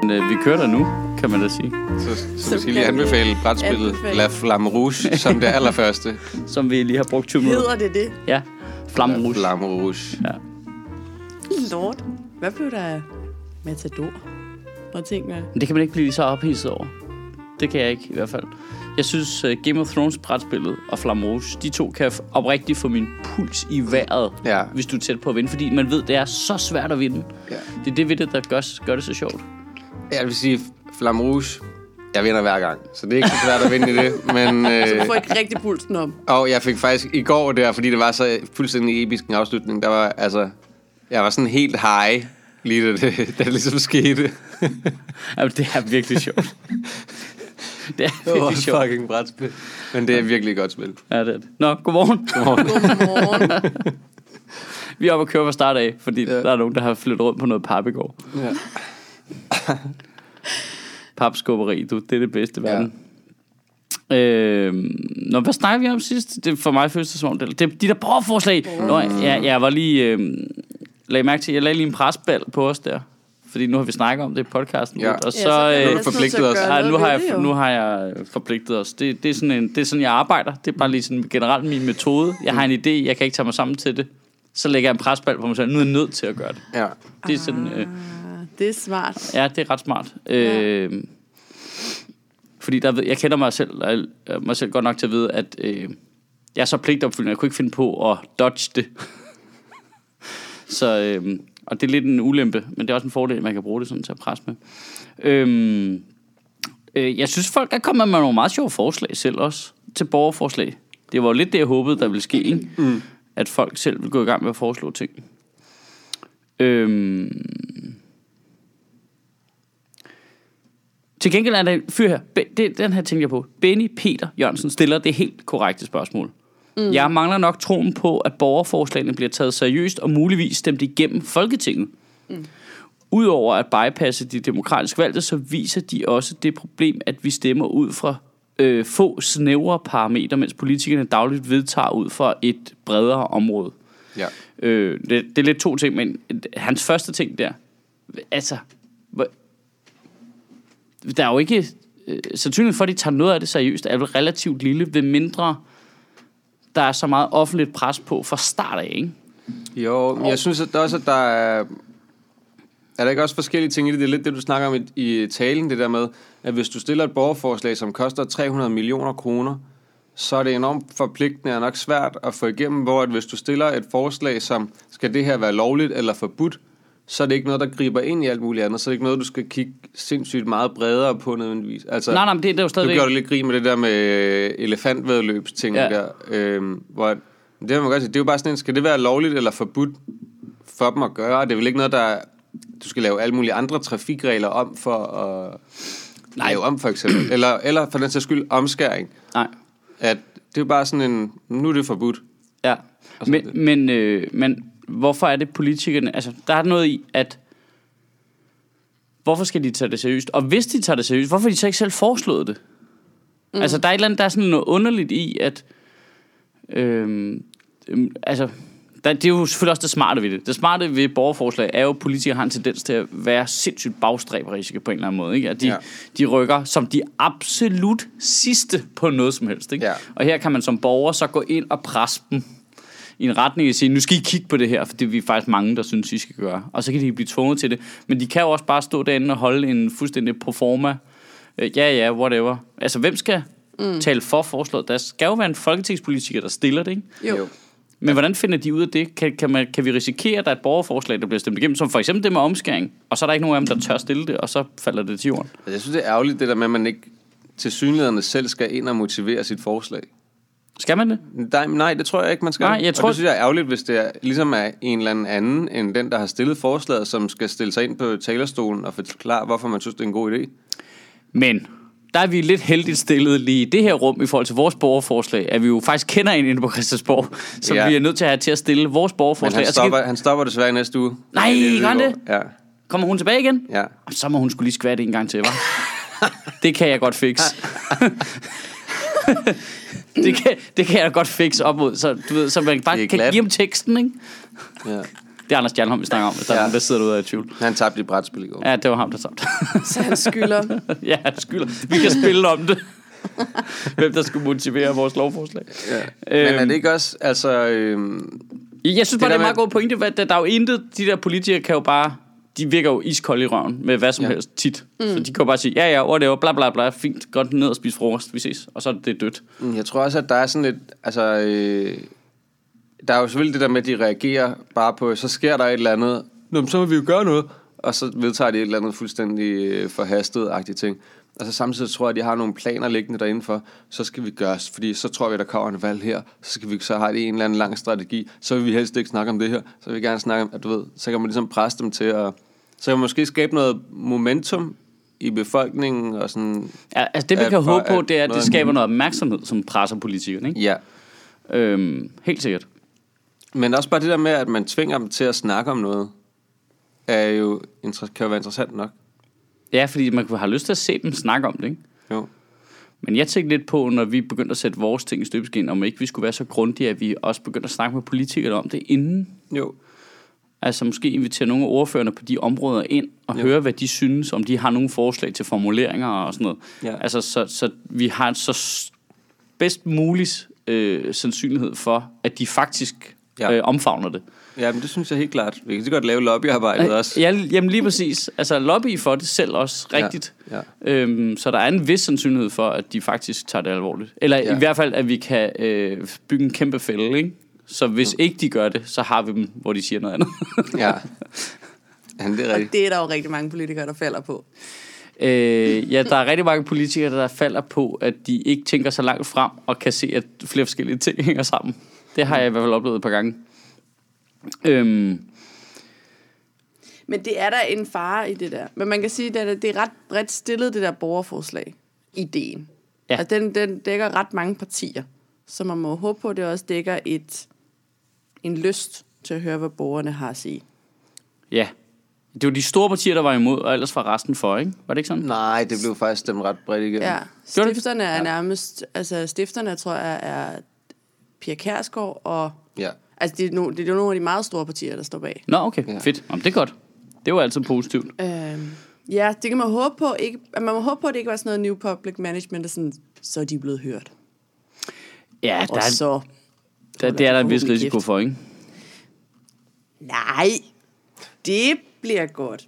vi kører der nu, kan man da sige. Så vi skal lige anbefale brætspillet La Flamme Rouge som det allerførste. Som vi lige har brugt 20 minutter. Hedder det? Ja, Flamme Rouge. Flamme Rouge. Ja. Lord, hvad blev der af Matador? Og ting med? Men det kan man ikke blive så ophidset over. Det kan jeg ikke i hvert fald. Jeg synes Game of Thrones brætspillet og Flamme Rouge, de to kan oprigtigt få min puls i vejret, hvis du er tæt på at vinde. Fordi man ved, det er så svært at vinde. Ja. Det er det ved det, der gør det så sjovt. Jeg vil sige, Flamme Rouge, jeg vinder hver gang. Så det er ikke så svært at vinde i det. Men, så du får ikke rigtig pulsen om? Og jeg fik faktisk i går der, fordi det var så fuldstændig episk en afslutning, der var jeg var sådan helt high, lige da det ligesom skete. Jamen, det er virkelig sjovt. Det er virkelig sjovt. Fucking brætspil. Men det er virkelig et godt spil. Ja, det er det. Nå, godmorgen. Godmorgen. Vi er oppe at køre fra start af, fordi der er nogen, der har flyttet rundt på noget pap i går. Ja. Papskubberi, det er det bedste verden. Nå, hvad snakker vi om sidst? Det for mig føles det som om det er de der borgerforslag. Nå, jeg var lige lagde mærke til, jeg lagde lige en presbal på os der. Fordi nu har vi snakket om det i podcasten. Ja. Og så nu har du forpligtet os. Nu har jeg forpligtet os. Det er sådan jeg arbejder. Det er bare lige sådan generelt min metode. Jeg har en idé, jeg kan ikke tage mig sammen til det. Så lægger jeg en presbal på mig selv. Nu er jeg nødt til at gøre det. Ja. Det er sådan det er smart. Ja, det er ret smart. Fordi jeg kender mig selv godt nok til at vide, at jeg er så pligtopfyldende. Jeg kunne ikke finde på at dodge det. Så og det er lidt en ulempe, men det er også en fordel, at man kan bruge det sådan til at presse med. Jeg synes, folk er kommet med nogle meget sjove forslag selv også, til borgerforslag. Det var jo lidt det, jeg håbede, der ville ske, ikke? At folk selv ville gå i gang med at foreslå ting. Til gengæld er der en fyr her, den her tænker jeg på. Benny Peter Jørgensen stiller det helt korrekte spørgsmål. Jeg mangler nok troen på, at borgerforslagene bliver taget seriøst og muligvis stemt igennem Folketinget. Udover at bypasse de demokratisk valgte, så viser de også det problem, at vi stemmer ud fra få snævre parametre, mens politikerne dagligt vedtager ud fra et bredere område. Ja. Det er lidt to ting, men hans første ting der, altså, der er jo ikke sandsynligheden for, at de tager noget af det seriøst, er jo relativt lille, ved mindre der er så meget offentligt pres på fra start af, ikke? Jo, men jeg synes at der også, at der er der ikke også forskellige ting i det? Det er lidt det, du snakker om i talen, det der med, at hvis du stiller et borgerforslag, som koster 300 millioner kroner, så er det enormt forpligtende og nok svært at få igennem, hvor at hvis du stiller et forslag, som skal det her være lovligt eller forbudt, så er det ikke noget, der griber ind i alt muligt andet. Så er det ikke noget, du skal kigge sindssygt meget bredere på nødvendigvis. Altså, nej, men det er jo stadig... Du gør det lidt grin med det der med elefantvæddeløbsting der. Hvor, det vil man godt sige, det er jo bare sådan en, skal det være lovligt eller forbudt for dem at gøre? Det er vel ikke noget, der... Du skal lave alle mulige andre trafikregler om for at... lave om, for eksempel. Eller for den sags skyld, omskæring. Nej. At det er jo bare sådan en... Nu er det forbudt. Ja, men hvorfor er det politikerne... Altså, der er noget i, at... Hvorfor skal de tage det seriøst? Og hvis de tager det seriøst, hvorfor har de så ikke selv foreslået det? Altså, der er et eller andet, der er sådan noget underligt i, at... det er jo selvfølgelig også det smarte ved det. Det smarte ved borgerforslag er jo, at politikere har en tendens til at være sindssygt bagstræberiske på en eller anden måde. Ikke? At de rykker som de absolut sidste på noget som helst. Ikke? Ja. Og her kan man som borger så gå ind og presse dem i en retning og sige, nu skal I kigge på det her, for det er vi faktisk mange, der synes, I skal gøre. Og så kan de blive tvunget til det. Men de kan jo også bare stå derinde og holde en fuldstændig proforma. Whatever. Altså, hvem skal tale for forslaget? Der skal jo være en folketingspolitiker, der stiller det, ikke? Jo. Men hvordan finder de ud af det? Kan vi risikere, at der er et borgerforslag, der bliver stemt igennem, som for eksempel det med omskæring, og så er der ikke nogen af dem, der tør stille det, og så falder det til jorden? Jeg synes, det er ærgerligt, det der med, at man ikke til synligheden selv skal ind og motivere sit forslag. Skal man det? Nej, det tror jeg ikke, man skal. Nej, jeg tror... Og det synes jeg er ærgerligt, hvis det er, ligesom er en eller anden end den, der har stillet forslaget, som skal stille sig ind på talerstolen og forklare, hvorfor man synes, det er en god idé. Men der er vi lidt heldigt stillet lige i det her rum i forhold til vores borgerforslag, at vi jo faktisk kender en inde på Christiansborg, som vi er nødt til at have til at stille vores borgerforslag. Men han stopper desværre næste uge. Nej, gør han det? Ja. Kommer hun tilbage igen? Ja. Så må hun skulle lige skvatte en gang til, hva'? Det kan jeg godt fikse. det kan jeg godt fikse op mod, så du ved, så man bare kan give dem teksten, ikke? Ja. Det er Anders Stjernholm, vi snakker om, hvis der er nogen, der sidder derude af i tvivl. Han tabte i brætspil i går. Ja, det var ham, der tabte. Så han skylder. Ja, han skylder. Vi kan spille om det. Hvem der skulle motivere vores lovforslag. Ja. Men er det ikke også, altså... Jeg synes bare, det er meget god pointe. Der er jo intet, de der politikere kan jo bare... De virker jo iskolde i røven med hvad som helst tit. Så de kan jo bare sige, ja, det var bla bla bla, fint, godt ned og spise frokost, vi ses. Og så er det dødt. Jeg tror også, at der er sådan lidt, altså, der er jo selvfølgelig det der med, at de reagerer bare på, så sker der et eller andet, nå, så må vi jo gøre noget, og så vedtager de et eller andet fuldstændig forhastet-agtigt ting. Og så samtidig tror jeg, at de har nogle planer liggende derinde så skal vi gøre, fordi så tror vi, der kommer en valg her, så har de en eller anden lang strategi, så vil vi helst ikke snakke om det her, så vil vi gerne snakke om, at du ved, så kan man ligesom presse dem til at, så kan man måske skabe noget momentum i befolkningen og sådan. Ja, altså det vi kan håbe på, det er, at det skaber noget opmærksomhed, som presser politikerne, ikke? Ja. Helt sikkert. Men også bare det der med, at man tvinger dem til at snakke om noget, kan jo være interessant nok. Ja, fordi man har lyst til at se dem snakke om det, ikke? Jo. Men jeg tænkte lidt på, når vi begyndte at sætte vores ting i støbeskeen, om ikke vi skulle være så grundige, at vi også begyndte at snakke med politikere om det inden. Jo. Altså måske invitere nogle af ordførerne på de områder ind og høre, hvad de synes, om de har nogle forslag til formuleringer og sådan noget. Ja. Altså så vi har så bedst muligt sandsynlighed for, at de faktisk omfavner det. Ja, men det synes jeg helt klart. Vi kan så godt lave lobbyarbejdet også. Ja, jamen lige præcis. Altså lobby for det selv også rigtigt. Ja. Så der er en vis sandsynlighed for, at de faktisk tager det alvorligt. Eller i hvert fald, at vi kan bygge en kæmpe fælde, ikke? Så hvis ikke de gør det, så har vi dem, hvor de siger noget andet. Ja. Jamen, det er rigtigt. Og det er der jo rigtig mange politikere, der falder på. Ja, der er rigtig mange politikere, der falder på, at de ikke tænker så langt frem, og kan se, at flere forskellige ting hænger sammen. Det har jeg i hvert fald oplevet et par gange. Men det er der en fare i det der. Men man kan sige, at det er ret bredt stillet, det der borgerforslag. Ideen. Ja. Altså, den dækker ret mange partier. Så man må håbe på, at det også dækker en lyst til at høre, hvad borgerne har at sige. Ja. Det var de store partier, der var imod, og ellers var resten for, ikke? Var det ikke sådan? Nej, det blev faktisk stemt ret bredt igen. Ja, stifterne er nærmest... Altså, stifterne, tror jeg, er Pia Kjærsgaard og... Ja. Altså, det er jo nogle af de meget store partier, der står bag. Nå, okay. Ja. Fedt. Jamen, det er godt. Det var altid positivt. Ja, det kan man håbe på. Man må håbe på, at det ikke var sådan noget new public management, og sådan, så er de blevet hørt. Ja, det er der en vis risiko for, ikke? Nej, det bliver godt.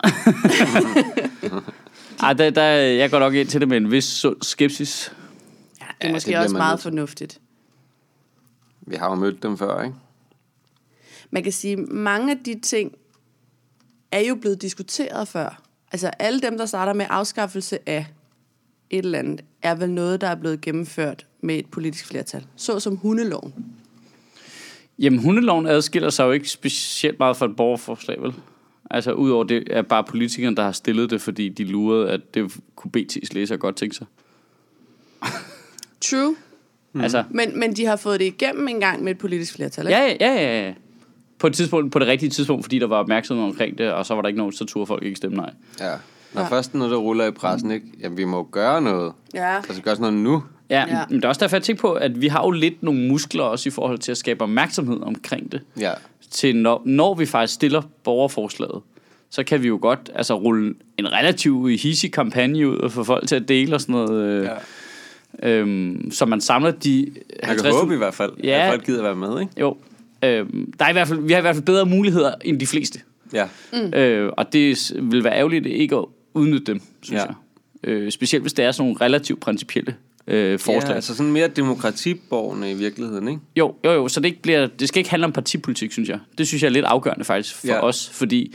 Jeg går nok ind til det med en vis skepsis. Ja, det er måske også meget fornuftigt. Vi har jo mødt dem før, ikke? Man kan sige, at mange af de ting er jo blevet diskuteret før. Altså alle dem, der starter med afskaffelse af et eller andet, er vel noget, der er blevet gennemført med et politisk flertal. Så som hundeloven. Jamen, hundeloven adskiller sig jo ikke specielt meget fra et borgerforslag, vel? Altså, udover det er bare politikerne, der har stillet det, fordi de lurede, at det kunne BT's læser godt tænke sig. True. Altså. Men de har fået det igennem en gang med et politisk flertal, ikke? Ja. På det rigtige tidspunkt, fordi der var opmærksomhed omkring det, og så var der ikke nogen, så turde folk ikke stemme nej. Ja. Når først noget, der ruller i pressen, ikke? Jamen, vi må gøre noget. Ja. Altså, gøre sådan noget nu. Ja, men det er også derfor, jeg tænker på, at vi har jo lidt nogle muskler også i forhold til at skabe opmærksomhed omkring det. Ja. Til når vi faktisk stiller borgerforslaget, så kan vi jo godt rulle en relativt hissig kampagne ud og få folk til at dele og sådan noget. Så man samler de 50... Jeg kan håbe i hvert fald, at folk gider være med, ikke? Jo. Vi har i hvert fald bedre muligheder end de fleste. Ja. Og det vil være ærgerligt ikke at udnytte dem, synes jeg. Specielt hvis det er sådan nogle relativt principielle forslag. Ja, altså sådan mere demokratiborgerne i virkeligheden, ikke? Jo, så det skal ikke handle om partipolitik, synes jeg. Det synes jeg er lidt afgørende faktisk for os, fordi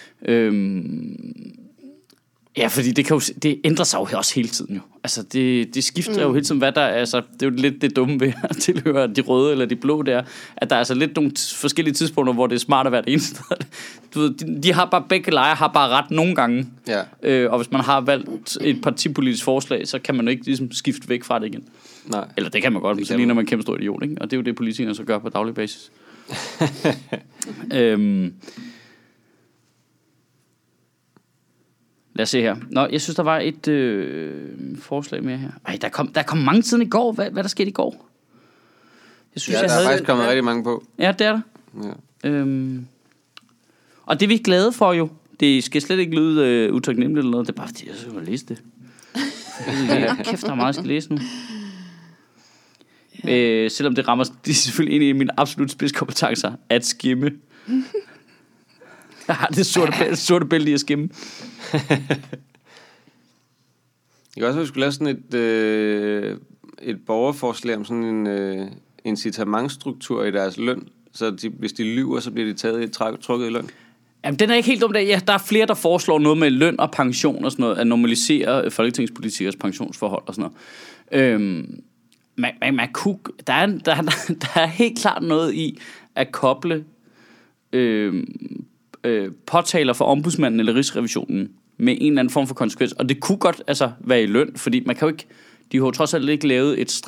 fordi det ændrer sig jo også hele tiden jo. Altså det skifter jo hele tiden, hvad der er. Altså, det er jo lidt det dumme ved at tilhøre de røde eller de blå der, at der er altså lidt nogle forskellige tidspunkter, hvor det er smart at være det eneste. Du ved, de har bare, begge lejre har bare ret nogle gange. Ja. Og hvis man har valgt et partipolitisk forslag, så kan man jo ikke ligesom skifte væk fra det igen. Nej. Eller det kan man godt, men så ligner man en kæmpe stor idiot, ikke? Og det er jo det, politikerne så gør på daglig basis. Lad os se her. Nå, jeg synes, der var et forslag mere her. Ej, der kom mange siden i går. Hvad der skete i går? Jeg synes, der er faktisk kommet rigtig mange på. Ja, det er der. Ja. Og det er vi glade for jo. Det skal slet ikke lyde utaknemmeligt eller noget. Det er bare fordi, jeg skal læse det. Kæft, der er meget, jeg skal læse nu. Selvom det rammer det er selvfølgelig en af mine absolut spidskompetencer at skimme. Jeg har det sorte bælte i at skimme. Jeg kan også, at vi skulle lave sådan et borgerforslag om sådan en incitamentstruktur i deres løn. Så hvis de lyver, så bliver de taget trukket i løn. Jamen, den er ikke helt dumt. Ja, der er flere, der foreslår noget med løn og pension og sådan noget, at normalisere folketingspolitikers pensionsforhold og sådan noget. Man kunne, der er helt klart noget i at koble påtaler for ombudsmanden eller rigsrevisionen med en eller anden form for konsekvens. Og det kunne godt være i løn, fordi man kan jo ikke, de har jo trods alt ikke lavet et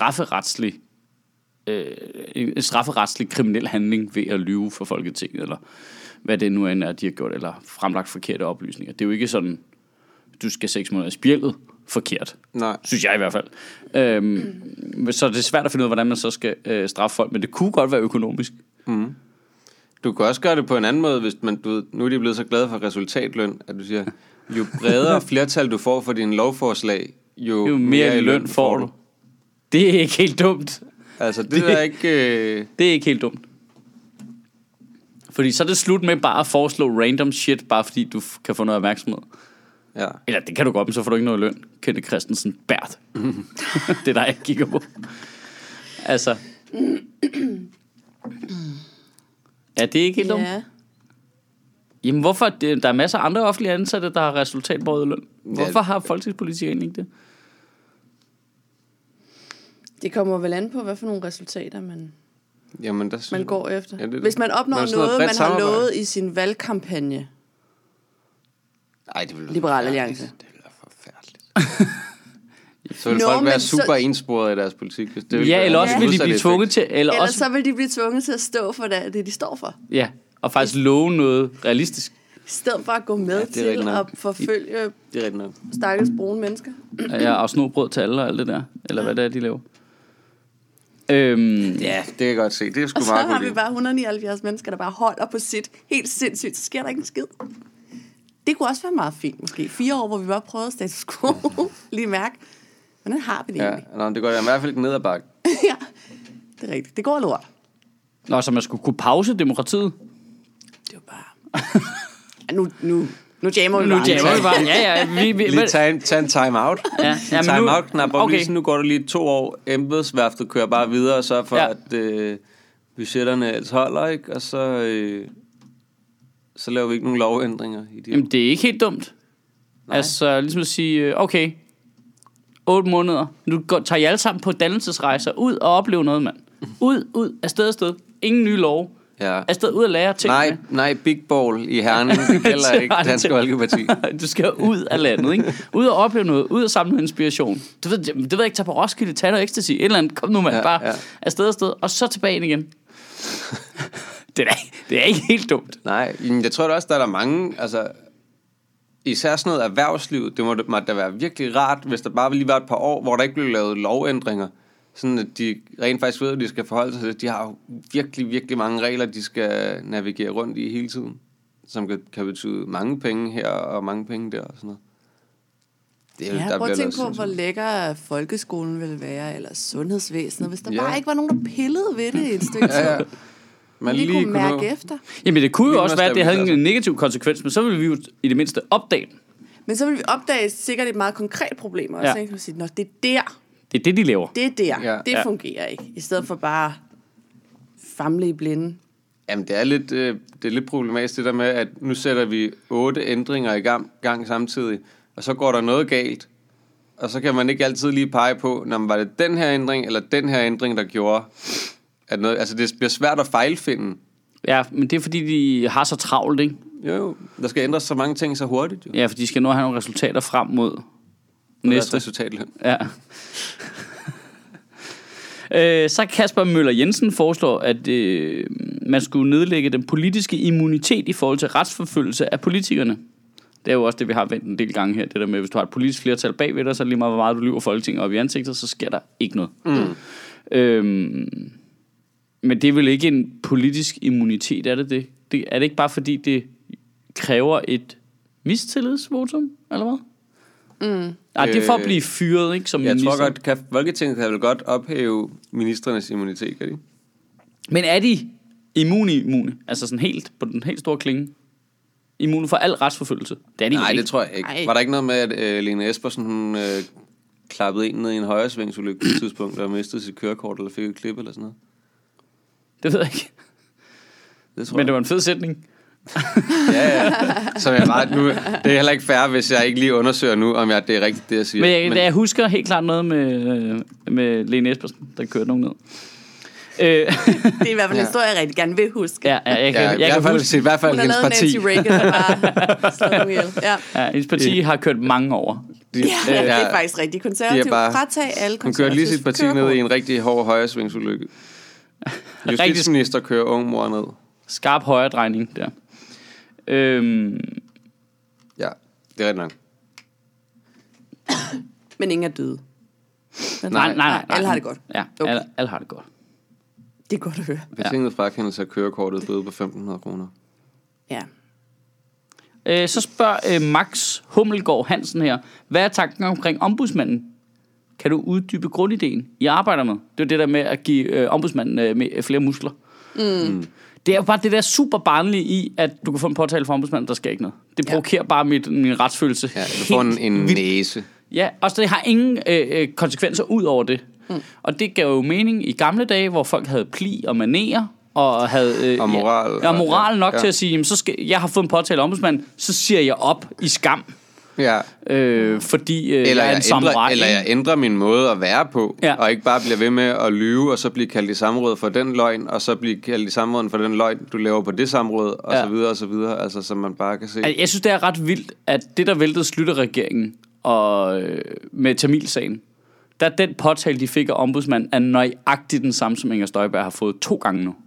strafferetslig kriminel handling ved at lyve for Folketinget, eller hvad det nu end er, de har gjort, eller fremlagt forkerte oplysninger. Det er jo ikke sådan, du skal 6 måneder i spjældet forkert. Nej. Synes jeg i hvert fald. Så det er svært at finde ud af, hvordan man så skal straffe folk, men det kunne godt være økonomisk. Mm. Du kan også gøre det på en anden måde, hvis nu er de blevet så glade for resultatløn, at du siger, jo bredere flertal du får for dine lovforslag, jo mere i løn får du. Det er ikke helt dumt. Altså, det er ikke... Det er ikke helt dumt. Fordi så er det slut med bare at foreslå random shit, bare fordi du kan få noget opmærksomhed. Ja. Eller det kan du godt, men så får du ikke noget løn. Kenneth Christensen, Bert. Det der jeg kigger på. Altså. Er det ikke helt dumt? Ja. Jamen hvorfor? Der er masser af andre offentlige ansatte, der har resultatbåret løn. Hvorfor har folketingspolitikere ikke det? Det kommer vel an på, hvad for nogle resultater man går efter. Ja, hvis man opnår noget, man har lovet i sin valgkampagne. Ej, det vil Liberal Alliance. Det vil være forfærdeligt. Så vil folk være super ensporet i deres politik. Hvis det eller også vil de blive tvunget til... Eller så vil de blive tvunget til at stå for det, de står for. Ja, og faktisk love noget realistisk. I stedet for at gå med til at forfølge stakkels brune mennesker. Ja, og snobrød til alle og alt det der. Eller hvad det er, de laver. Ja, det kan jeg godt se. Det er sgu og meget så har vi bare 179 mennesker, der bare holder på sit. Helt sindssygt, så sker der ikke en skid. Det kunne også være meget fint, måske. 4 år, hvor vi bare prøvede status quo. Lige mærke. Hvordan har vi det egentlig? Ja, det går i hvert fald ikke ned ad bakke. Ja, det er rigtigt. Det går lort. Nå, så man skulle kunne pause demokratiet? Det var bare... Nu jammer vi bare. Ja. Lige tage en time-out. Ja, time-out knap. Okay. Nu går det lige 2 år. Embedsværftet kører bare videre og sørger for, at budgetterne ellers holder, ikke? Og så laver vi ikke nogen lovændringer i de. Jamen, det er ikke helt dumt. Nej. Altså, ligesom at sige, okay, 8 måneder. Nu tager I alle sammen på dannelsesrejser. Ud og opleve noget, mand. Ud, afsted. Ingen nye lov. Ja. Afsted ud og lære ting. Nej, Big Ball i Herning. Det gælder ikke Dansk Folkeparti. Du skal ud af landet, ikke? Ud og opleve noget. Ud og samle noget inspiration. Du ved ikke, tage på Roskilde, tage noget ecstasy. Et eller andet. Kom nu, mand. Bare afsted. Og så tilbage ind igen. Det er ikke helt dumt. Nej, jeg tror da også, der er mange, altså især sådan noget erhvervsliv, det må da være virkelig rart, hvis der bare lige var et par år, hvor der ikke blev lavet lovændringer, sådan at de rent faktisk ved, at de skal forholde sig til. De har jo virkelig, virkelig mange regler, de skal navigere rundt i hele tiden, som kan betyde mange penge her og mange penge der og sådan noget. Prøv at tænke på, hvor lækker folkeskolen ville være, eller sundhedsvæsenet, hvis der bare ikke var nogen, der pillede ved det i et stykke tid. Man lige kunne mærke efter. Jamen det kunne jo også være, at det havde en negativ konsekvens, men så ville vi jo i det mindste opdage den. Men så ville vi opdage sikkert et meget konkret problem, og så kan vi sige, nå, det er der. Det er det, de laver. Det er der. Ja. Det fungerer ikke. I stedet for bare famle i blinde. Jamen det er lidt problematisk det der med, at nu sætter vi 8 ændringer i gang samtidig, og så går der noget galt, og så kan man ikke altid lige pege på, når var det den her ændring, eller den her ændring, der gjorde... Altså det bliver svært at fejlfinde. Ja, men det er fordi de har så travlt, ikke? Jo, der skal ændres så mange ting så hurtigt jo. Ja, for de skal nu have nogle resultater frem mod næste resultatløn. Ja. Så Kasper Møller Jensen foreslår, at man skulle nedlægge den politiske immunitet i forhold til retsforfølgelse af politikerne. Det er jo også det, vi har vendt en del gange her. Det der med, hvis du har et politisk flertal bagved dig, så lige meget, hvor meget du lyver Folketinget op i ansigtet, så sker der ikke noget. Men det er vel ikke en politisk immunitet, er det? Er det ikke bare fordi det kræver et mistillidsvotum, eller hvad? Nej, det er for at blive fyret, ikke? Som jeg minister. tror godt, Folketinget kan vel godt ophæve ministernes immunitet, kan de? Men er de immune? Altså sådan helt på den helt store klinge? Immune for al retsforfølgelse? Det er de. Nej, det tror jeg ikke. Ej. Var der ikke noget med, at Lene Espersen, hun klappede en ned i en højresvingsulykke på et tidspunkt, og mistede sit kørekort, eller fik et klip, eller sådan noget? Det ved jeg ikke. Men det var en fed sætning. Ja. Som jeg bare nu, det er heller ikke fair, hvis jeg ikke lige undersøger nu, om det er rigtigt, det jeg siger. Men jeg husker helt klart noget med Lene Espersen, der kørte nogen ned. Det er i hvert fald en historie, jeg rigtig gerne vil huske. Jeg kan huske. I hvert fald hendes parti. Nancy Reagan, der bare slået nogen ihjel. Ja, hendes parti har kørt mange over. Det er faktisk rigtig konservativt. Fratag alle konservative. Hun kørte lige sit parti ned i en rigtig hård højresvingsulykke. Justitsminister kører ung mor ned. Skarp højredrejning der. Ja, det er rigtig nok. Men ingen er døde. Nej. Alle har det godt. Ja, okay. Alle har det godt. Det er godt at høre. Betinget frakendelse af kørekortet bøde på 1.500 kroner. Ja. Så spørger Max Hummelgaard Hansen her. Hvad er tanken omkring ombudsmanden? Kan du uddybe grundideen, I arbejder med? Det er det der med at give ombudsmanden med flere muskler. Det er jo bare det der super barnlige i, at du kan få en påtale for ombudsmanden, der sker ikke noget. Det provokerer bare min retsfølelse. Ja, du får en næse. Ja, og det har ingen konsekvenser ud over det. Og det gav jo mening i gamle dage, hvor folk havde pli og manerer, og havde og moral, moral nok til at sige, jamen, jeg har fået en påtale af ombudsmanden, så siger jeg op i skam. Ja. Fordi jeg er en samurai. Eller jeg ændrer min måde at være på, og ikke bare bliver ved med at lyve, og så blive kaldt i samråd for den løgn, og så blive kaldt i samråd for den løgn, du laver på det samråd, og så videre, og så videre, altså som man bare kan se. Jeg synes, det er ret vildt, at det, der væltede Schlüter-regeringen og med Tamilsagen, der den påtale, de fik af ombudsmanden, er nøjagtigt den samme, som Inger Støjberg har fået 2 gange nu.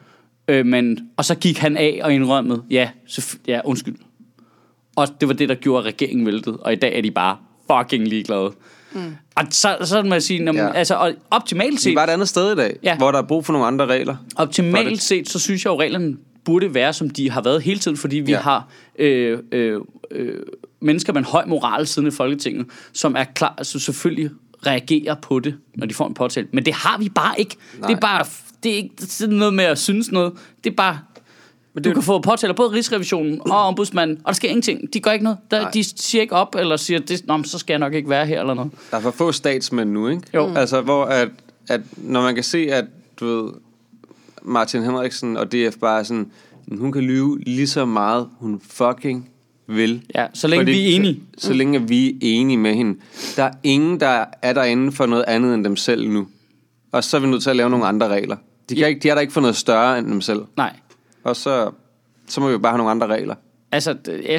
Og så gik han af og indrømmede, undskyld. Og det var det, der gjorde, at regeringen væltede. Og i dag er de bare fucking ligeglade. Og så må jeg sige, altså, og optimalt set... Vi var et andet sted i dag, hvor der er brug for nogle andre regler. Optimalt set, så synes jeg jo, reglerne burde være, som de har været hele tiden, fordi vi har mennesker med en høj moral siden i Folketinget, som er klar, altså selvfølgelig reagerer på det, når de får en påtale. Men det har vi bare ikke. Det er ikke sådan noget med at synes noget. Det er bare... Du kan få påtaler både Rigsrevisionen og ombudsmanden, og der sker ingenting. De gør ikke noget. De siger ikke op, eller siger, så skal jeg nok ikke være her, eller noget. Der er for få statsmænd nu, ikke? Jo. Altså, hvor at når man kan se, at du ved, Martin Henriksen og DF bare er sådan, hun kan lyve lige så meget, hun fucking vil. Ja, så længe vi er enige. Så længe vi er enige med hende. Der er ingen, der er derinde for noget andet end dem selv nu. Og så er vi nødt til at lave nogle andre regler. De er der ikke for noget større end dem selv. Nej. Og så må vi jo bare have nogle andre regler. Altså,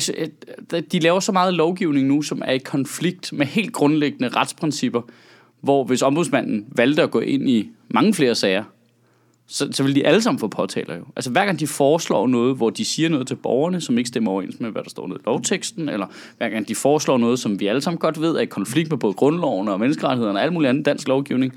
de laver så meget lovgivning nu, som er i konflikt med helt grundlæggende retsprincipper, hvor hvis ombudsmanden valgte at gå ind i mange flere sager, så vil de alle sammen få påtaler jo. Altså hver gang de foreslår noget, hvor de siger noget til borgerne, som ikke stemmer overens med, hvad der står nede i lovteksten, eller hver gang de foreslår noget, som vi alle sammen godt ved, er i konflikt med både grundloven og menneskerettighederne og alt muligt andet dansk lovgivning,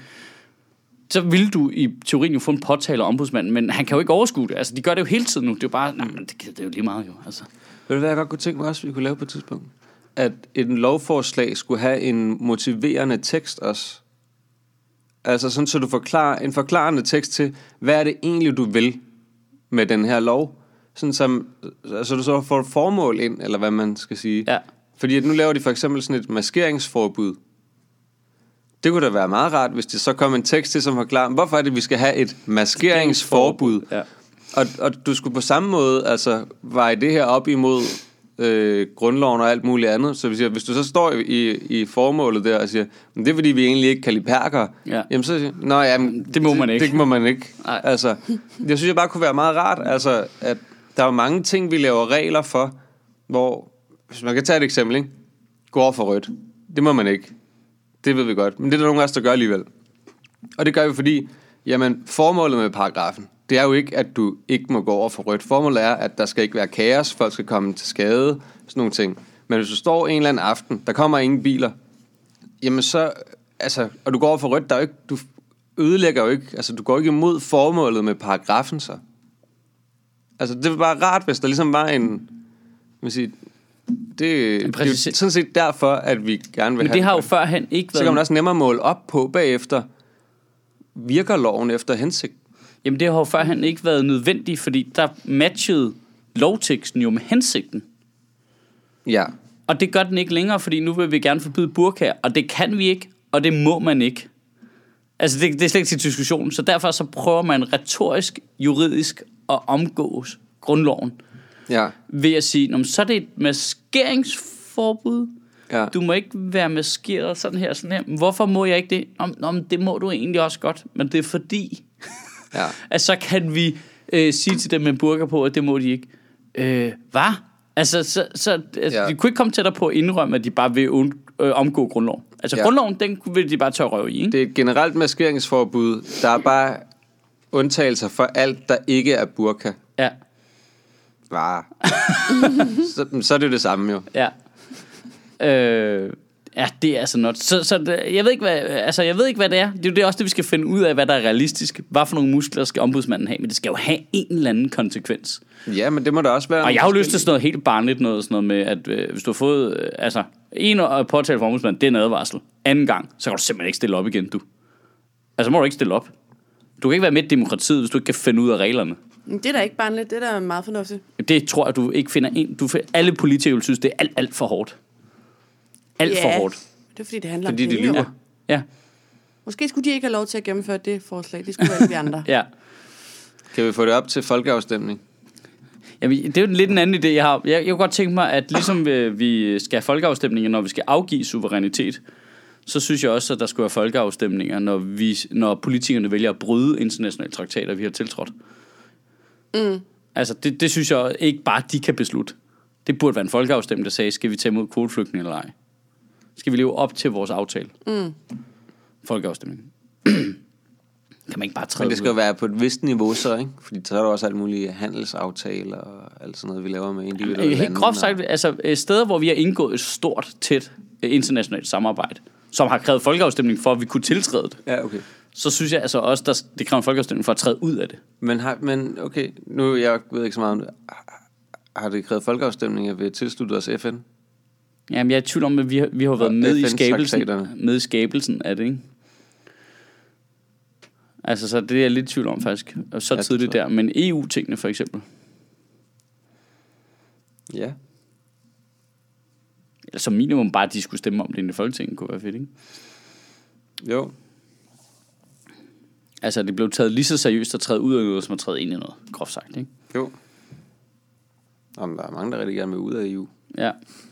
så vil du i teorien jo få en påtale af ombudsmanden, men han kan jo ikke overskue det. Altså, de gør det jo hele tiden nu. Det er jo bare, det er jo lige meget jo. Altså. Ved du hvad, jeg godt kunne tænke mig også, vi kunne lave på et tidspunkt? At et lovforslag skulle have en motiverende tekst også. Altså sådan, så du forklarer en forklarende tekst til, hvad er det egentlig, du vil med den her lov? Sådan som, så du så får et formål ind, eller hvad man skal sige. Ja. Fordi nu laver de for eksempel sådan et maskeringsforbud. Det kunne da være meget rart, hvis det så kom en tekst til, som forklarer, hvorfor er det, vi skal have et maskeringsforbud. Ja. Og du skulle på samme måde altså veje det her op imod grundloven og alt muligt andet. Så hvis du så står i formålet der og siger, men det er fordi, vi egentlig ikke kan lide perker, jamen så siger det må man ikke. Det må man ikke. Altså, jeg synes, jeg bare kunne være meget rart, altså, at der er mange ting, vi laver regler for, hvor, hvis man kan tage et eksempel, ikke? Gå over for rødt. Det må man ikke. Det ved vi godt. Men det er der nogle af os, der gør alligevel. Og det gør vi, fordi jamen, formålet med paragrafen, det er jo ikke, at du ikke må gå over for rødt. Formålet er, at der skal ikke være kaos, folk skal komme til skade, sådan nogle ting. Men hvis du står en eller anden aften, der kommer ingen biler, jamen så, altså, og du går over for rødt, der er jo ikke, du ødelægger jo ikke, altså du går ikke imod formålet med paragrafen så. Altså det er bare rart, hvis der ligesom var man siger, det er jo sådan set derfor, at vi gerne vil men have det har jo førhen ikke været... Så kan man også nemmere måle op på bagefter, virker loven efter hensigt? Jamen det har jo førhen ikke været nødvendigt, fordi der matchede lovteksten jo med hensigten. Ja. Og det gør den ikke længere, fordi nu vil vi gerne forbyde burkaer, og det kan vi ikke, og det må man ikke. Altså det er slet ikke til diskussion, så derfor så prøver man retorisk, juridisk at omgås grundloven. Ja. Ved at sige, så er det et maskeringsforbud. Ja. Du må ikke være maskeret sådan her. Hvorfor må jeg ikke det? Det må du egentlig også godt, men det er fordi, ja. at så kan vi sige til dem med burka på, at det må de ikke. Hvad? Altså, ja. De kunne ikke komme tættere på at indrømme, at de bare vil omgå grundloven. Altså grundloven, den vil de bare tørre røv i, ikke? Det er et generelt maskeringsforbud. Der er bare undtagelser for alt, der ikke er burka. Ja. Så er det jo det samme jo. Ja. Ja, det er sådan noget. Så jeg ved ikke hvad det er. Det er også det, vi skal finde ud af, hvad der er realistisk. Hvad for nogle muskler skal ombudsmanden have? Men det skal jo have en eller anden konsekvens. Ja, men det må da også være. Og jeg har jo lyst til sådan noget helt barnligt noget, sådan noget med, at hvis du har fået, en påtale for ombudsmanden, det er en advarsel. Anden gang, så kan du simpelthen ikke stille op igen, du. Altså må du ikke stille op. Du kan ikke være med i demokratiet, hvis du ikke kan finde ud af reglerne. Det er da ikke barnligt, det er da meget fornuftigt. Det tror jeg, du ikke finder en. Alle politikere vil synes, det er alt for hårdt. Alt for hårdt. Det er fordi, det handler om de lyver. Ja. Måske skulle de ikke have lov til at gennemføre det forslag. Det skulle være de andre. Ja. Kan vi få det op til folkeafstemning? Jamen, det er jo lidt en anden idé, jeg har. Jeg kunne godt tænke mig, at ligesom vi skal have folkeafstemninger, når vi skal afgive suverænitet, så synes jeg også, at der skulle være folkeafstemninger, når politikerne vælger at bryde internationale traktater, vi har tiltrådt. Altså, det synes jeg ikke bare, de kan beslutte. Det burde være en folkeafstemning, der sagde, skal vi tage imod kvoteflygtninge eller ej? Skal vi leve op til vores aftale? Folkeafstemning. Kan man ikke bare træde. Men det skal jo være på et vist niveau så, ikke? Fordi så er der også alt mulige handelsaftaler og alt sådan noget, vi laver med individuelle lande. Helt groft sagt, altså steder, hvor vi har indgået et stort, tæt internationalt samarbejde, som har krævet folkeafstemning for, at vi kunne tiltræde det. Ja, okay. Så synes jeg altså også, det kræver en folkeafstemning for at træde ud af det. Men okay, nu jeg ved ikke så meget om det. Har det krævet folkeafstemning, at vi har tilsluttet os FN? Jamen, jeg er i tvivl om, at vi har været med i skabelsen af det, ikke? Altså, så det er jeg lidt i tvivl om, faktisk. Og så tidligt der. Men EU-tingene, for eksempel. Ja. Eller som minimum bare, at de skulle stemme om det i Folketinget, kunne være fedt, ikke? Jo. Altså, det blev taget lige så seriøst at træde ud af noget, som at træde ind i noget, groft sagt, ikke? Jo. Om der er mange, der rigtig gerne vil ud af EU. Ja.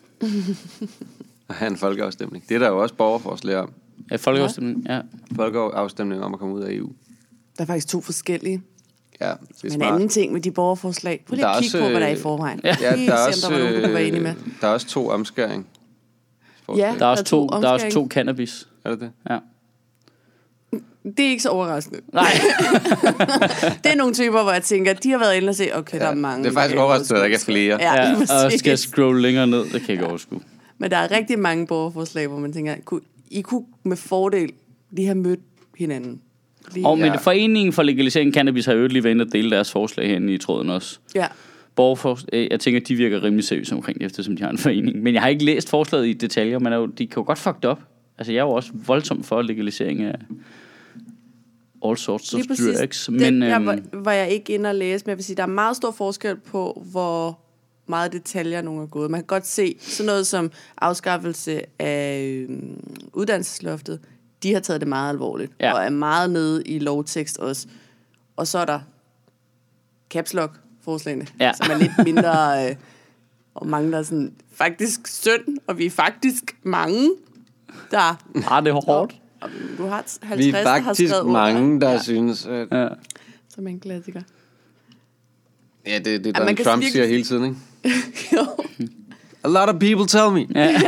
Og have en folkeafstemning. Det er der jo også borgerforslag om. Ja, folkeafstemning, ja. Folkeafstemning om at komme ud af EU. Der er faktisk 2 forskellige. Ja, det er men smart. En anden ting med de borgerforslag. Prøv lige at kigge på, hvad der er i forvejen. Ja, der er også, der er også 2 omskæring. Ja, der er også 2 cannabis. Er det det? Ja. Det er ikke så overraskende. Nej. Det er nogle typer, hvor jeg tænker, de har været inde og se, okay, der er mange. Det er faktisk overraskende, at der ikke er flere. Ja, og skal scrolle længere ned, det kan jeg ikke overskue. Men der er rigtig mange borgerforslag, hvor man tænker, I kunne med fordel lige have mødt hinanden. Men Foreningen for Legalisering af Cannabis har jo lige været inde og dele deres forslag herinde i tråden også. Ja. Jeg tænker, at de virker rimelig seriøse omkring det, eftersom de har en forening. Men jeg har ikke læst forslaget i detaljer, men de kan jo godt fuck det op. Altså, jeg er jo også voldsom for legalisering af all sorts of drugs. Men var jeg ikke inde og læse, men jeg vil sige, der er meget stor forskel på, hvor meget detaljer nogen er gået. Man kan godt se sådan noget som afskaffelse af uddannelsesloftet. De har taget det meget alvorligt, og er meget nede i lovtekst også. Og så er der caps lock forslagene, som er lidt mindre, og mange der er sådan, faktisk synd, og vi er faktisk mange, der... det er hårdt. Og du har 50, vi er faktisk mange, der synes... Ja. Som en klassiker. Ja, det er der Trump siger hele tiden, ikke? Jo. A lot of people tell me.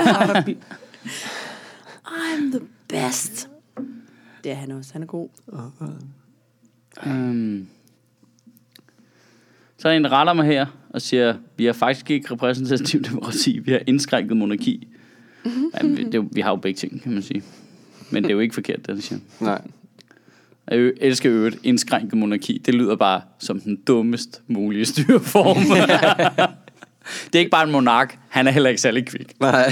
I'm the best. Det er han også. Han er god. Så er en, der retter mig her og siger, vi har faktisk ikke repræsentativt demokrati, vi har indskrænket monarki. Vi har jo begge ting, kan man sige. Men det er jo ikke forkert, det siger. Nej. Jeg elsker øvrigt indskrænket monarki. Det lyder bare som den dummest mulige styreform. Det er ikke bare en monark, han er heller ikke særlig kvik. Nej.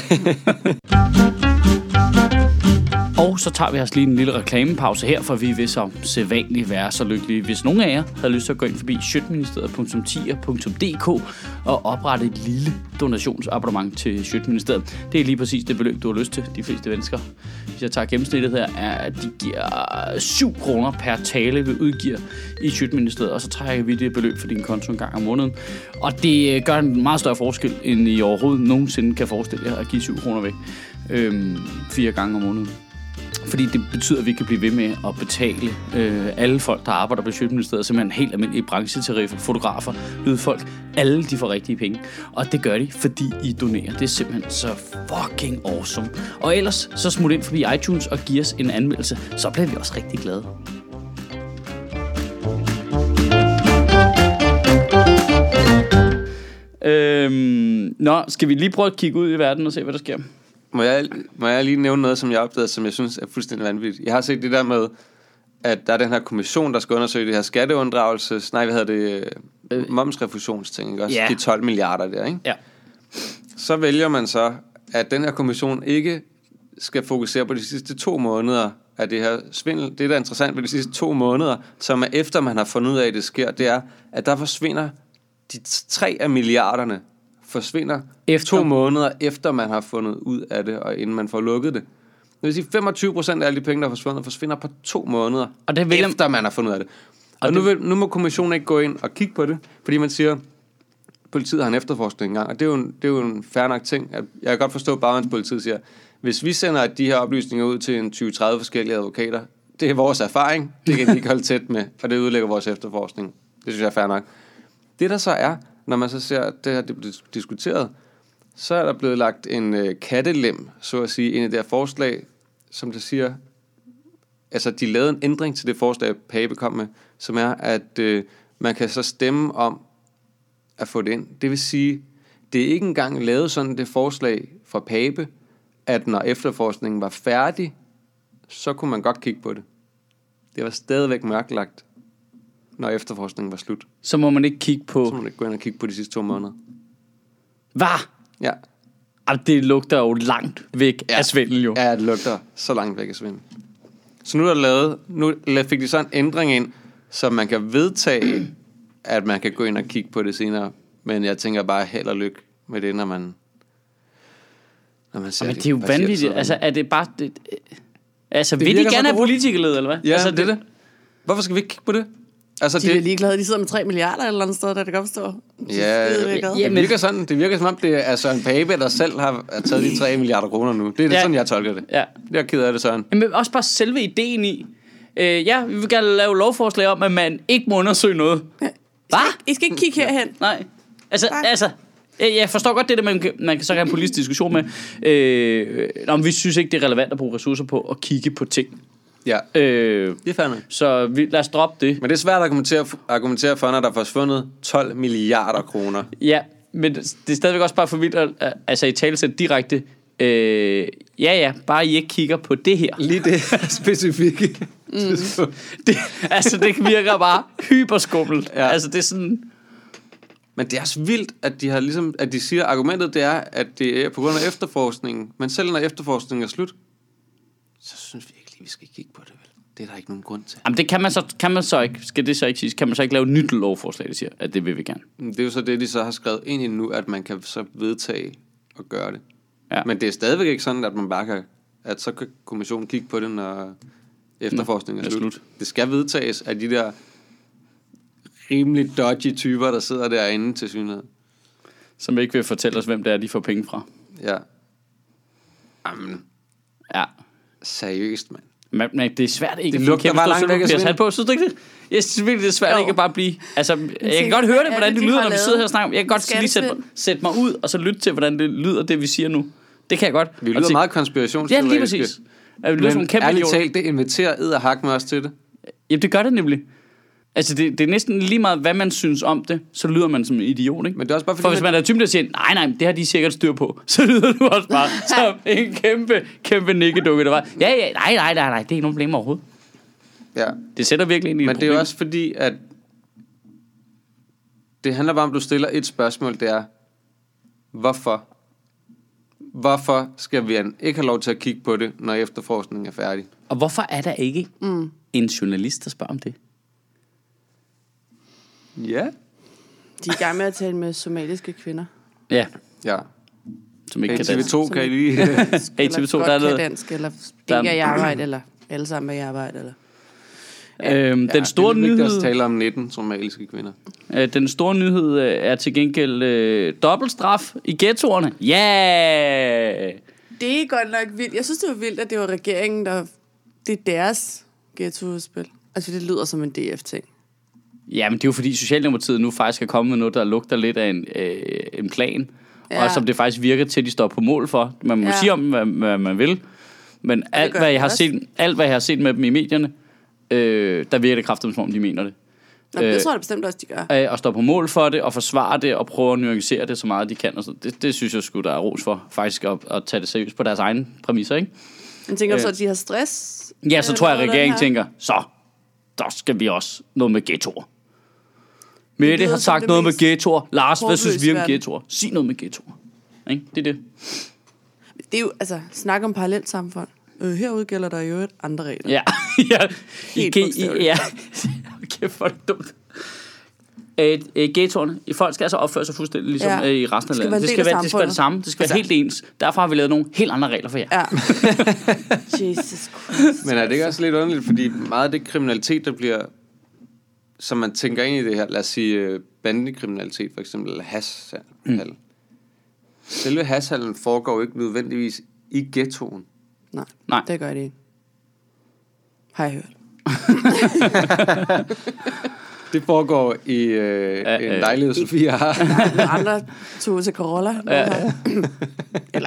Og så tager vi os lige en lille reklamepause her, for vi vil som sædvanligt være så lykkelige, hvis nogen af jer havde lyst til at gå ind forbi sjøtministeriet.10.dk og oprette et lille donationsabonnement til Sjøtministeriet. Det er lige præcis det beløb, du har lyst til. De fleste mennesker, hvis jeg tager gennemsnittet her, er, at de giver 7 kroner per tale, vi udgiver i Sjøtministeriet, og så trækker vi det beløb for din konto en gang om måneden. Og det gør en meget større forskel, end I overhovedet nogensinde kan forestille jer at give 7 kroner væk 4 gange om måneden. Fordi det betyder, at vi kan blive ved med at betale alle folk, der arbejder på Sjøtministeriet, simpelthen helt almindelige branchetariffer, fotografer, lydfolk, alle de får rigtige penge. Og det gør de, fordi I donerer. Det er simpelthen så fucking awesome. Og ellers så smut ind forbi iTunes og giv os en anmeldelse, så bliver vi også rigtig glade. Skal vi lige prøve at kigge ud i verden og se, hvad der sker? Må jeg lige nævne noget, som jeg opdagede, som jeg synes er fuldstændig vanvittigt. Jeg har set det der med, at der er den her kommission, der skal undersøge det her momsrefusionsting, ikke også? Ja. De 12 milliarder der, ikke? Ja. Så vælger man så, at den her kommission ikke skal fokusere på de sidste 2 måneder af det her svindel. Det, der er interessant ved de sidste 2 måneder, som er efter man har fundet ud af, at det sker, det er, at der forsvinder de 3 af milliarderne forsvinder efter 2 måneder efter man har fundet ud af det, og inden man får lukket det. Det vil sige, 25% af alle de penge, der forsvinder på 2 måneder, og det efter man har fundet ud af det. Og nu må kommissionen ikke gå ind og kigge på det, fordi man siger, politiet har en efterforskning engang, og det er jo en fair nok ting. Jeg kan godt forstå, at bagmandspolitiet siger, hvis vi sender de her oplysninger ud til 20-30 forskellige advokater, det er vores erfaring, det kan de ikke holde tæt med, og det udlægger vores efterforskning. Det synes jeg er fair nok. Det der så er, når man så ser det her diskuteret, så er der blevet lagt en kattelem, så at sige, ind i det her forslag, som det siger, altså de lavede en ændring til det forslag, Pape kom med, som er, at man kan så stemme om at få det ind. Det vil sige, det er ikke engang lavet sådan det forslag fra Pape, at når efterforskningen var færdig, så kunne man godt kigge på det. Det var stadigvæk mørklagt, når efterforskningen var slut. Så må man ikke kigge på... Så må man ikke gå ind og kigge på de sidste 2 måneder. Hvad? Ja. Det lugter jo langt væk af svindel, jo. Ja, det lugter så langt væk af svindel. Så nu er der lavet... Nu fik de så en ændring ind, så man kan vedtage, at man kan gå ind og kigge på det senere. Men jeg tænker bare held og lykke med det, når man ser men det er jo vanvittigt. Altså, er det bare... vil de gerne have politikerled, eller hvad? Ja, altså, det er det. Hvorfor skal vi ikke kigge på det? Altså, de er ligeglade, de sidder med 3 milliarder et eller andet sted, der det kan forstå. Det virker som om, det er Søren Pape, der selv har taget de 3 milliarder kroner nu. Det er sådan, jeg tolker det. Ja. Det er ked af det, Søren. Men også bare selve ideen i, vi vil gerne lave lovforslag om, at man ikke må undersøge noget. Hvad? I skal ikke kigge herhen. Nej. Altså, jeg forstår godt det, der man kan så have en politisk diskussion med. Vi synes ikke, det er relevant at bruge ressourcer på at kigge på ting. Ja, det er fandme. Så lad os droppe det. Men det er svært at argumentere for, når der er forsvundet 12 milliarder kroner. Ja, men det er stadigvæk også bare for vildt, altså i talesæt direkte, bare I ikke kigger på det her. Lige det specifikke. Det virker bare hyperskummelt. Ja. Altså det er sådan... Men det er også vildt, at de har ligesom, at de siger, argumentet det er, at det er på grund af efterforskningen. Men selv når efterforskningen er slut, så synes vi ikke lige, vi skal kigge på det, vel? Det er der ikke nogen grund til. Jamen det kan man så ikke. Skal det så ikke siges? Kan man så ikke lave et nyt lovforslag, der siger, at det vil vi gerne? Det er jo så det, de så har skrevet ind i nu, at man kan så vedtage og gøre det. Ja. Men det er stadigvæk ikke sådan, at man bare kan, at så kan kommissionen kigge på det, når efterforskningen er slut. Det skal vedtages af de der rimelig dodgy typer, der sidder derinde til synligheden. Som ikke vil fortælle os, hvem det er, de får penge fra. Ja. Amen. Ja. Seriøst, mand. Men det er svært ikke det lugter bare langt væk at svinde. På, synes du ikke det? Jeg synes virkelig, det er svært ikke at bare blive... Altså, jeg kan godt høre det, hvordan det lyder, når vi sidder her og snakker. Jeg kan godt lige sætte mig ud, og så lytte til, hvordan det lyder, det vi siger nu. Det kan jeg godt. Vi lyder meget konspirationsteoretisk. Ja, lige præcis. Men ærligt talt, det inviterer edderhak med os til det. Jamen, det gør det nemlig. Altså, det er næsten lige meget, hvad man synes om det, så lyder man som en idiot, ikke? Men det er også bare fordi, for hvis man er typen, der siger, nej, det har de sikkert styr på, så lyder du også bare som en kæmpe nikkedukke, der var, nej, det er ikke nogen problem overhovedet. Ja. Det sætter virkelig ind i men det er også fordi, at det handler bare om, at du stiller et spørgsmål, det er, Hvorfor skal vi ikke have lov til at kigge på det, når efterforskningen er færdig? Og hvorfor er der ikke en journalist, der spørger om det? Ja. De er i gang med at tale med somaliske kvinder. Ja. Ja. Som ikke kan TV2 kan I lige... TV2, der er noget... dansk, eller ikke er i arbejde, eller alle sammen er i arbejde, eller... Den store nyhed... Det er også tale om 19 somaliske kvinder. Den store nyhed er til gengæld dobbeltstraf i ghettoerne. Ja! Yeah! Det er godt nok vildt. Jeg synes, det var vildt, at det var regeringen, der... Det er deres ghettoudspil. Altså, det lyder som en DF-ting. Ja, men det er jo fordi Socialdemokratiet nu faktisk er kommet med noget, der lugter lidt af en plan. Ja. Og som det faktisk virker til, at de står på mål for. Man må sige om, hvad man vil. Men alt, hvad jeg har set med dem i medierne, der virker det kraftigt, som om de mener det. Nå, det tror jeg bestemt også, de gør. At stå på mål for det, og forsvare det, og prøve at nuancere det så meget, de kan. Og så. Det synes jeg sgu, der er ros for, faktisk at tage det seriøst på deres egne præmisser, ikke? Men tænker du så, at de har stress? Ja, så tror jeg, at regeringen tænker, så, der skal vi også noget med ghettoer. Mette har sagt noget med ghettoer. Lars, hvad synes vi om ghettoer? Sig noget med ghettoer. Ikke? Det er det. Det er jo, altså, snak om parallelsamfund. Herude gælder der jo et andre regler. Ja. Ja. Helt bogstaveligt. Ja. Okay, for det dumt. Ghettoerne. Folk skal altså opføre sig fuldstændig ligesom i resten af landet. Det skal være det samme. Det skal være helt ens. Derfor har vi lavet nogle helt andre regler for jer. Ja. Jesus Christ. Men er det ikke også lidt underligt, fordi meget af det kriminalitet, der bliver, som man tænker ind i det her, lad os sige bandekriminalitet for eksempel, eller hashhandel. Selve hashhandlen foregår jo ikke nødvendigvis i ghettoen. Nej, det gør det ikke. Har jeg hørt. Det foregår i en lejlighed, Sofie har. Andre tog til Corolla. Eller...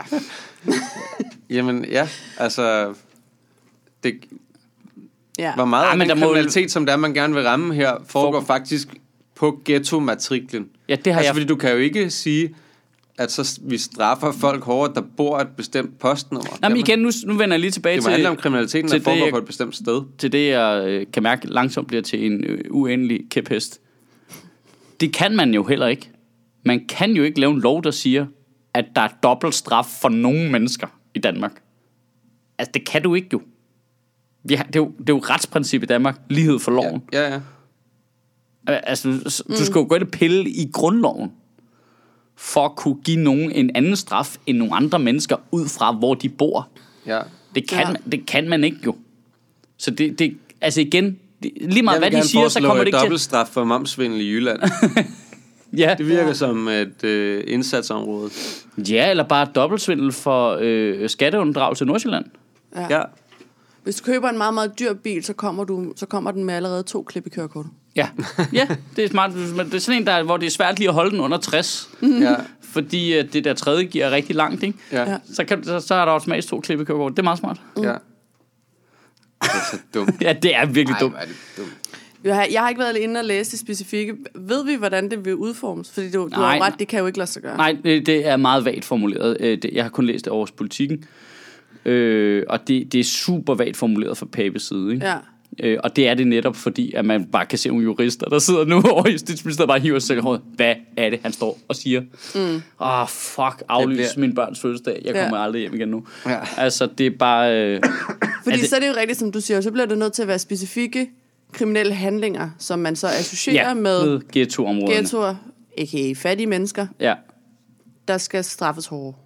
Jamen, ja, altså... Det, hvor meget af den kriminalitet, som man gerne vil ramme her, foregår faktisk på ghetto-matriklen. Ja, det har altså, fordi du kan jo ikke sige... at så vi straffer folk hårdere, der bor et bestemt postnummer. Jamen igen, nu vender jeg lige tilbage til... Det må handle om kriminaliteten, der foregår på et bestemt sted. Til det, jeg kan mærke langsomt bliver til en uendelig kæphest. Det kan man jo heller ikke. Man kan jo ikke lave en lov, der siger, at der er dobbelt straf for nogle mennesker i Danmark. Altså, det kan du ikke jo. Det er jo retsprincip i Danmark. Lighed for loven. Ja. Altså, du skal jo gå ind og pille i grundloven for at kunne give nogen en anden straf end nogle andre mennesker ud fra, hvor de bor. Ja. Det kan man ikke jo. Så det altså igen, lige meget hvad de siger, så kommer det ikke til... dobbeltstraf for momssvindel i Jylland. Ja. Det virker som et indsatsområde. Ja, eller bare dobbeltsvindel for skatteunddragelse i Nordsjælland. Ja. Hvis du køber en meget, meget dyr bil, så kommer den med allerede 2 klip i kørekortet. Ja, det er smart. Det er sådan en, hvor det er svært lige at holde den under 60. Ja. Fordi det der tredje gear er rigtig langt, ikke? Ja. Så er der automatisk 2 klip i kørekortet. Det er meget smart. Ja. Det er så dumt. Ja, det er virkelig dumt. Ej, er det dumt. Jeg har ikke været inde og læse det specifikke. Ved vi, hvordan det vil udformes? Fordi du har ret, det kan jo ikke lade sig gøre. Nej, det er meget vagt formuleret. Jeg har kun læst det over Politikken. Og det er super vagt formuleret fra Papes side, ikke? Ja. Og det er det netop fordi, at man bare kan se nogle jurister, der sidder nu over Justitsministeriet, bare hiver sig i hovedet. Hvad er det, han står og siger? Fuck, aflys min børns fødselsdag. Jeg kommer aldrig hjem igen nu. Ja. Altså, det er bare... Fordi så er det jo rigtigt, som du siger, så bliver det nødt til at være specifikke kriminelle handlinger, som man så associerer med ghettoområderne. Ghettoer, a.k.a. fattige mennesker, der skal straffes hårdere.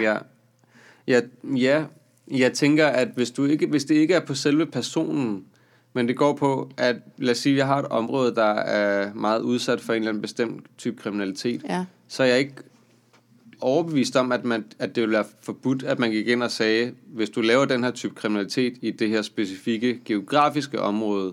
Ja. Jeg tænker, at hvis det ikke er på selve personen, men det går på, at lad os sige, at jeg har et område, der er meget udsat for en eller anden bestemt type kriminalitet, så er jeg ikke overbevist om, at det vil være forbudt, at man gik ind og sagde, hvis du laver den her type kriminalitet i det her specifikke geografiske område,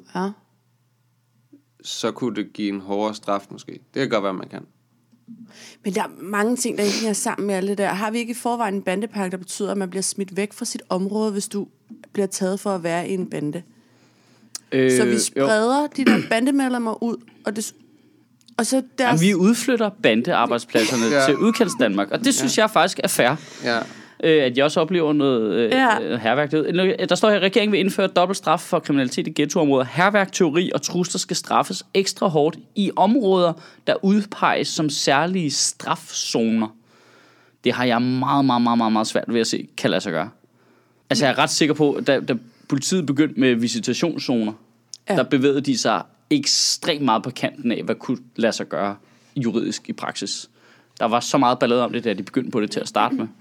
så kunne det give en hårdere straf måske. Det kan godt være, man kan. Men der er mange ting, der ikke hænger sammen med alt det der. Har vi ikke i forvejen en bandepakke, der betyder, at man bliver smidt væk fra sit område, hvis du bliver taget for at være i en bande? Så vi spreder de der bandemedlemmer ud, og så deres... Jamen, vi udflytter bandearbejdspladserne til udkants Danmark, og det synes jeg faktisk er fair. Ja. At jeg også oplever noget hærværk. Der står her, at regeringen vil indføre dobbelt straf for kriminalitet i ghettoområder. Hærværk, teori og trusler skal straffes ekstra hårdt i områder, der udpeges som særlige strafzoner. Det har jeg meget, meget, meget, meget, meget svært ved at se, kan lade sig gøre. Altså, jeg er ret sikker på, da politiet begyndte med visitationszoner, der bevægede de sig ekstremt meget på kanten af, hvad kunne lade sig gøre juridisk i praksis. Der var så meget ballade om det, da de begyndte på det til at starte med.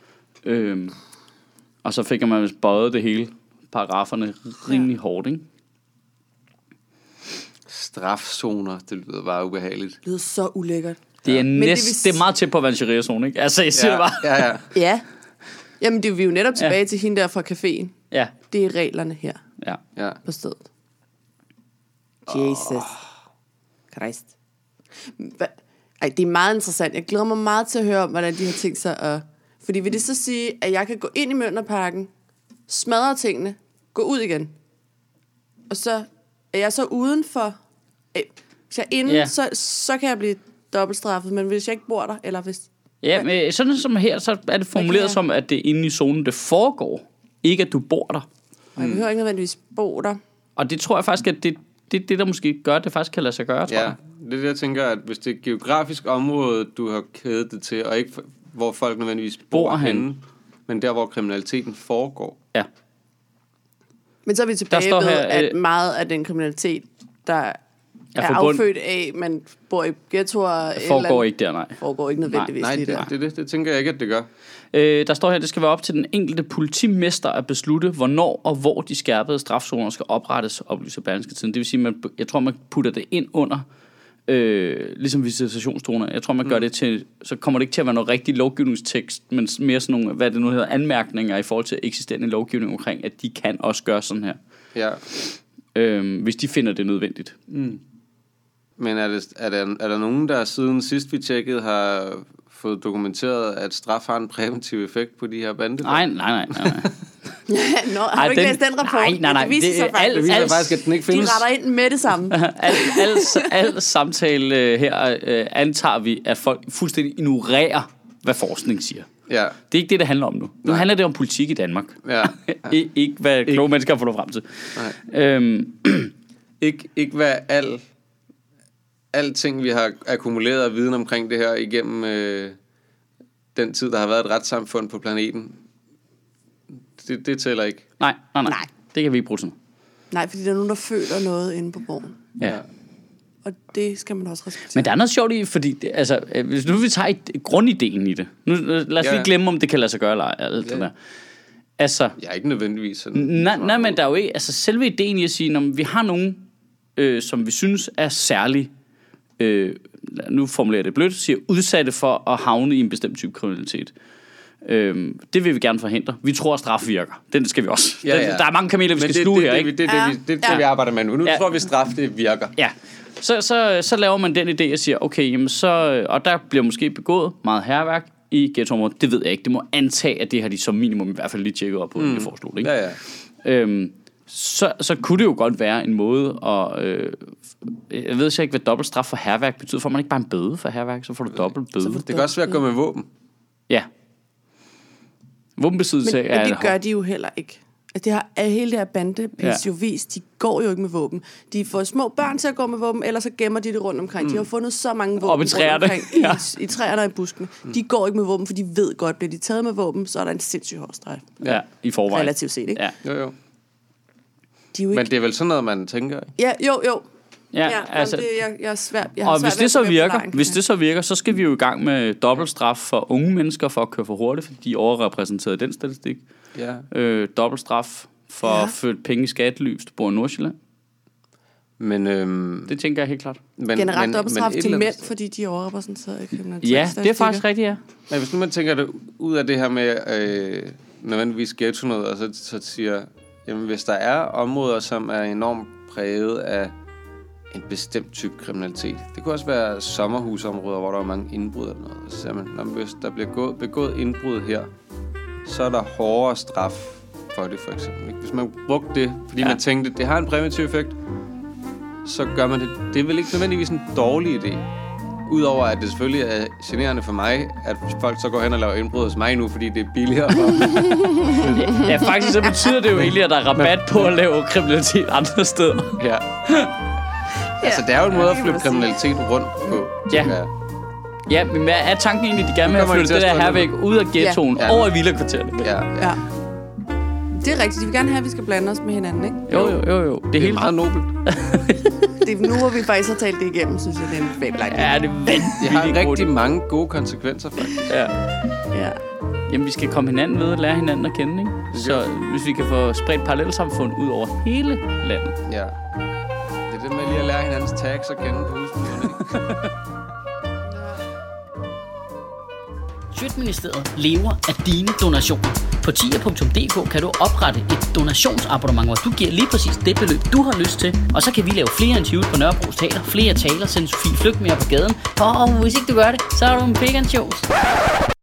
Og så fik man bøjet det hele, paragraferne rimelig hårdt, ikke? Strafzoner, det lyder bare ubehageligt. Det lyder så ulækkert. Det er det er meget tæt på at være en sharia-zone, ikke? Altså, jeg siger bare. Ja. Jamen, det er vi jo netop tilbage til hende der fra caféen. Ja. Det er reglerne her. Ja. På stedet. Jesus Christ. Ej, det er meget interessant. Jeg glæder mig meget til at høre om, hvordan de har tænkt sig at... Fordi vil det så sige, at jeg kan gå ind i Mjølnerparken, smadre tingene, gå ud igen, og så er jeg så udenfor... Hvis jeg er inde, så kan jeg blive dobbeltstraffet, men hvis jeg ikke bor der, eller hvis... Ja, men sådan som her, så er det formuleret som, at det er inde i zonen, det foregår. Ikke, at du bor der. Og jeg behøver ikke nødvendigvis bo der. Og det tror jeg faktisk, at det der måske gør, det faktisk kan lade sig gøre, tror jeg. Det er det, jeg tænker, at hvis det er et geografisk område, du har kædet det til, og ikke hvor folk nødvendigvis bor henne, men der, hvor kriminaliteten foregår. Ja. Men så er vi tilbage ved, at meget af den kriminalitet, der er affødt af, man bor i ghettoer... Foregår ikke der, nej. Foregår ikke nødvendigvis lige der. Det tænker jeg ikke, at det gør. Der står her, at det skal være op til den enkelte politimester at beslutte, hvornår og hvor de skærpede strafzoner skal oprettes, oplyser Berlingske Tidende. Det vil sige, jeg tror, man putter det ind under, ligesom visitationszoner. Jeg tror, man gør det til, så kommer det ikke til at være noget rigtig lovgivningstekst, men mere sådan nogle, hvad det nu hedder, anmærkninger i forhold til eksisterende lovgivning omkring, at de kan også gøre sådan her. Ja. Hvis de finder det nødvendigt. Men er der nogen, der siden sidst vi tjekkede, har fået dokumenteret, at straf har en præventiv effekt på de her bander? Nej. Nå, har du ikke læst den rapport? Nej. Det viser faktisk, at den ikke findes. De retter ind med det samme. Al samtale her antager vi, at folk fuldstændig ignorerer, hvad forskning siger. Ja. Det er ikke det handler om nu. Nu handler det om politik i Danmark. Ja. Ikke hvad kloge mennesker har fundet frem til. Ikke hvad alting, vi har akkumuleret af viden omkring det her igennem den tid, der har været et retssamfund på planeten. Det tæller ikke. Nej. Det kan vi ikke bruge sådan. Nej, fordi der er nogen, der føler noget inde på borgen. Ja. Og det skal man også respektere. Men der er noget sjovt i, fordi hvis nu vi tager grundideen i det. Nu, lad os lige glemme, om det kan lade sig gøre eller alt det der. Altså, jeg er ikke nødvendigvis sådan. Nej, men der er jo ikke, altså selve ideen i at sige, når vi har nogen, som vi synes er særlig, nu formulerer det blødt, siger udsatte for at havne i en bestemt type kriminalitet. Det vil vi gerne forhindre. Vi tror, at straf virker. Den skal vi også. Der er mange kameler, vi skal sluge her, ikke? Det vi arbejder med nu. Nu tror vi, at straf det virker. Ja. Så laver man den idé og siger, okay, jamen og der bliver måske begået meget hærværk i ghettoområdet. Det ved jeg ikke. Det må antage, at det har de som minimum i hvert fald lige tjekket op på, det foreslog det, ikke? Så kunne det jo godt være en måde at... jeg ved ikke, hvad dobbeltstraf for hærværk betyder. Får man ikke bare en bøde for hærværk, så får du dobbelt bøde. Det kan også være at gå med våben. Ja. Våbenbesiddelse er... Men det gør de jo heller ikke. Altså hele det her bandepis jo vist, de går jo ikke med våben. De får små børn til at gå med våben, eller så gemmer de det rundt omkring. De har fundet så mange våben rundt omkring i træerne og i buskene. De går ikke med våben, for de ved godt, bliver de taget med våben, så er der en sindssygt hård straf. Ja, i forvejen. Relativt set, ikke? Ja. Jo. Men det er vel sådan noget, man tænker? Ja, jo. Ja, altså, jeg er svært. Og hvis det så virker, så skal vi jo i gang med dobbeltstraf for unge mennesker for at køre for hurtigt, fordi de er overrepræsenteret i den statistik. Ja. Dobbeltstraf for at føre penge i skattely, hvis du bor i Nordsjælland. Men det tænker jeg helt klart. Generelt dobbeltstraf til mænd, fordi de er overrepræsenteret i kriminalitet. Ja, det er faktisk rigtigt, ja. Men hvis nu man tænker det ud af det her med nødvendigvis ghetto noget, og så siger, jamen hvis der er områder, som er enormt præget af en bestemt type kriminalitet. Det kunne også være sommerhusområder, hvor der er mange indbrud eller noget. Så siger man, hvis der bliver begået indbrud her, så er der hårdere straf for det, for eksempel. Hvis man brugte det, fordi man tænkte, det har en præventiv effekt, så gør man det. Det er vel ikke nødvendigvis en dårlig idé. Udover at det selvfølgelig er generende for mig, at folk så går hen og laver indbrud hos mig nu, fordi det er billigere for Ja, faktisk så betyder det jo egentlig, at der er rabat på at lave kriminalitet andre steder. Ja. Altså, det er jo en måde at flytte kriminalitet rundt på. Ja. Ja, men hvad er tanken egentlig, de gerne vil have flyttet det der hervæk ud af ghettoen, over i villakvartererne? Ja. Det er rigtigt. De vil gerne have, at vi skal blande os med hinanden, ikke? Jo. Det er meget nobelt. Nu hvor vi faktisk har talt det igennem, synes jeg, det er en fabelagtig. Ja, det er vanvittigt. Det har rigtig mange gode konsekvenser, faktisk. Ja. Jamen, vi skal komme hinanden ved at lære hinanden at kende, ikke? Så hvis vi kan få spredt parallelsamfund ud over hele landet. Ja. Det er det med lige at lære hinandens tags at kende på husbyerne. Sjøtministeriet lever af dine donationer. På tier.dk kan du oprette et donationsabonnement, hvor du giver lige præcis det beløb, du har lyst til. Og så kan vi lave flere interviews på Nørrebros Teater, flere taler, sende Sofie Flygt mere på gaden. Og hvis ikke du gør det, så er du en pig and shows.